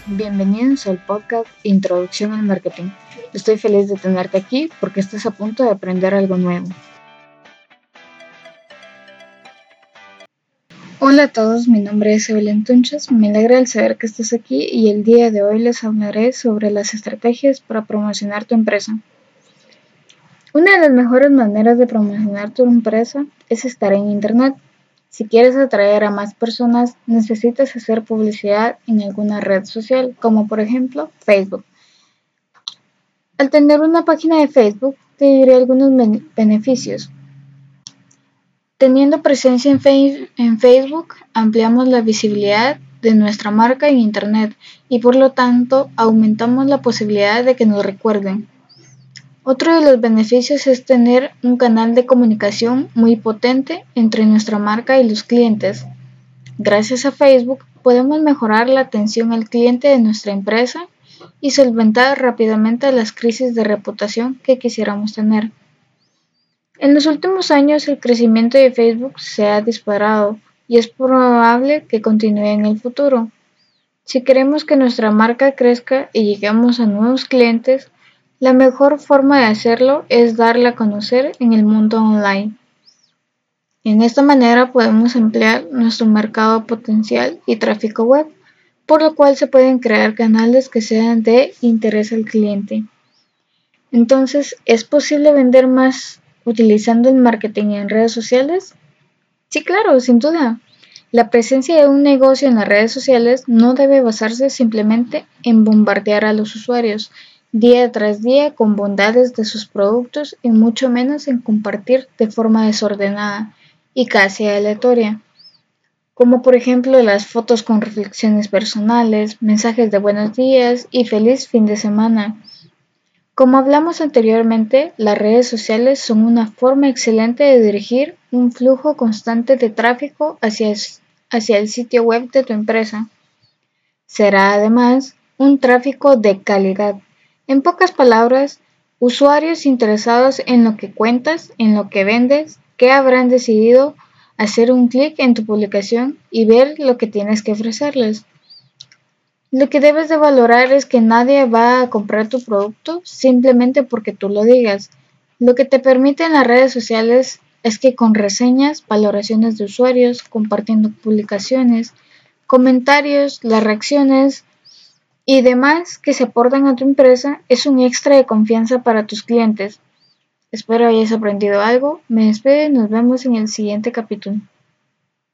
Bienvenidos al podcast Introducción al Marketing. Estoy feliz de tenerte aquí porque estás a punto de aprender algo nuevo. Hola a todos, mi nombre es Evelyn Tunchas. Me alegra el saber que estás aquí y el día de hoy les hablaré sobre las estrategias para promocionar tu empresa. Una de las mejores maneras de promocionar tu empresa es estar en Internet. Si quieres atraer a más personas, necesitas hacer publicidad en alguna red social, como por ejemplo Facebook. Al tener una página de Facebook, te diré algunos beneficios. Teniendo presencia en Facebook, ampliamos la visibilidad de nuestra marca en Internet y por lo tanto aumentamos la posibilidad de que nos recuerden. Otro de los beneficios es tener un canal de comunicación muy potente entre nuestra marca y los clientes. Gracias a Facebook podemos mejorar la atención al cliente de nuestra empresa y solventar rápidamente las crisis de reputación que quisiéramos tener. En los últimos años el crecimiento de Facebook se ha disparado y es probable que continúe en el futuro. Si queremos que nuestra marca crezca y lleguemos a nuevos clientes, la mejor forma de hacerlo es darla a conocer en el mundo online. En esta manera podemos ampliar nuestro mercado potencial y tráfico web, por lo cual se pueden crear canales que sean de interés al cliente. Entonces, ¿es posible vender más utilizando el marketing en redes sociales? Sí, claro, sin duda. La presencia de un negocio en las redes sociales no debe basarse simplemente en bombardear a los usuarios día tras día con bondades de sus productos y mucho menos en compartir de forma desordenada y casi aleatoria, como por ejemplo las fotos con reflexiones personales, mensajes de buenos días y feliz fin de semana. Como hablamos anteriormente, las redes sociales son una forma excelente de dirigir un flujo constante de tráfico hacia el sitio web de tu empresa. Será además un tráfico de calidad. En pocas palabras, usuarios interesados en lo que cuentas, en lo que vendes, que habrán decidido hacer un clic en tu publicación y ver lo que tienes que ofrecerles. Lo que debes de valorar es que nadie va a comprar tu producto simplemente porque tú lo digas. Lo que te permiten las redes sociales es que con reseñas, valoraciones de usuarios, compartiendo publicaciones, comentarios, las reacciones y demás que se aportan a tu empresa es un extra de confianza para tus clientes. Espero hayas aprendido algo. Me despido y nos vemos en el siguiente capítulo.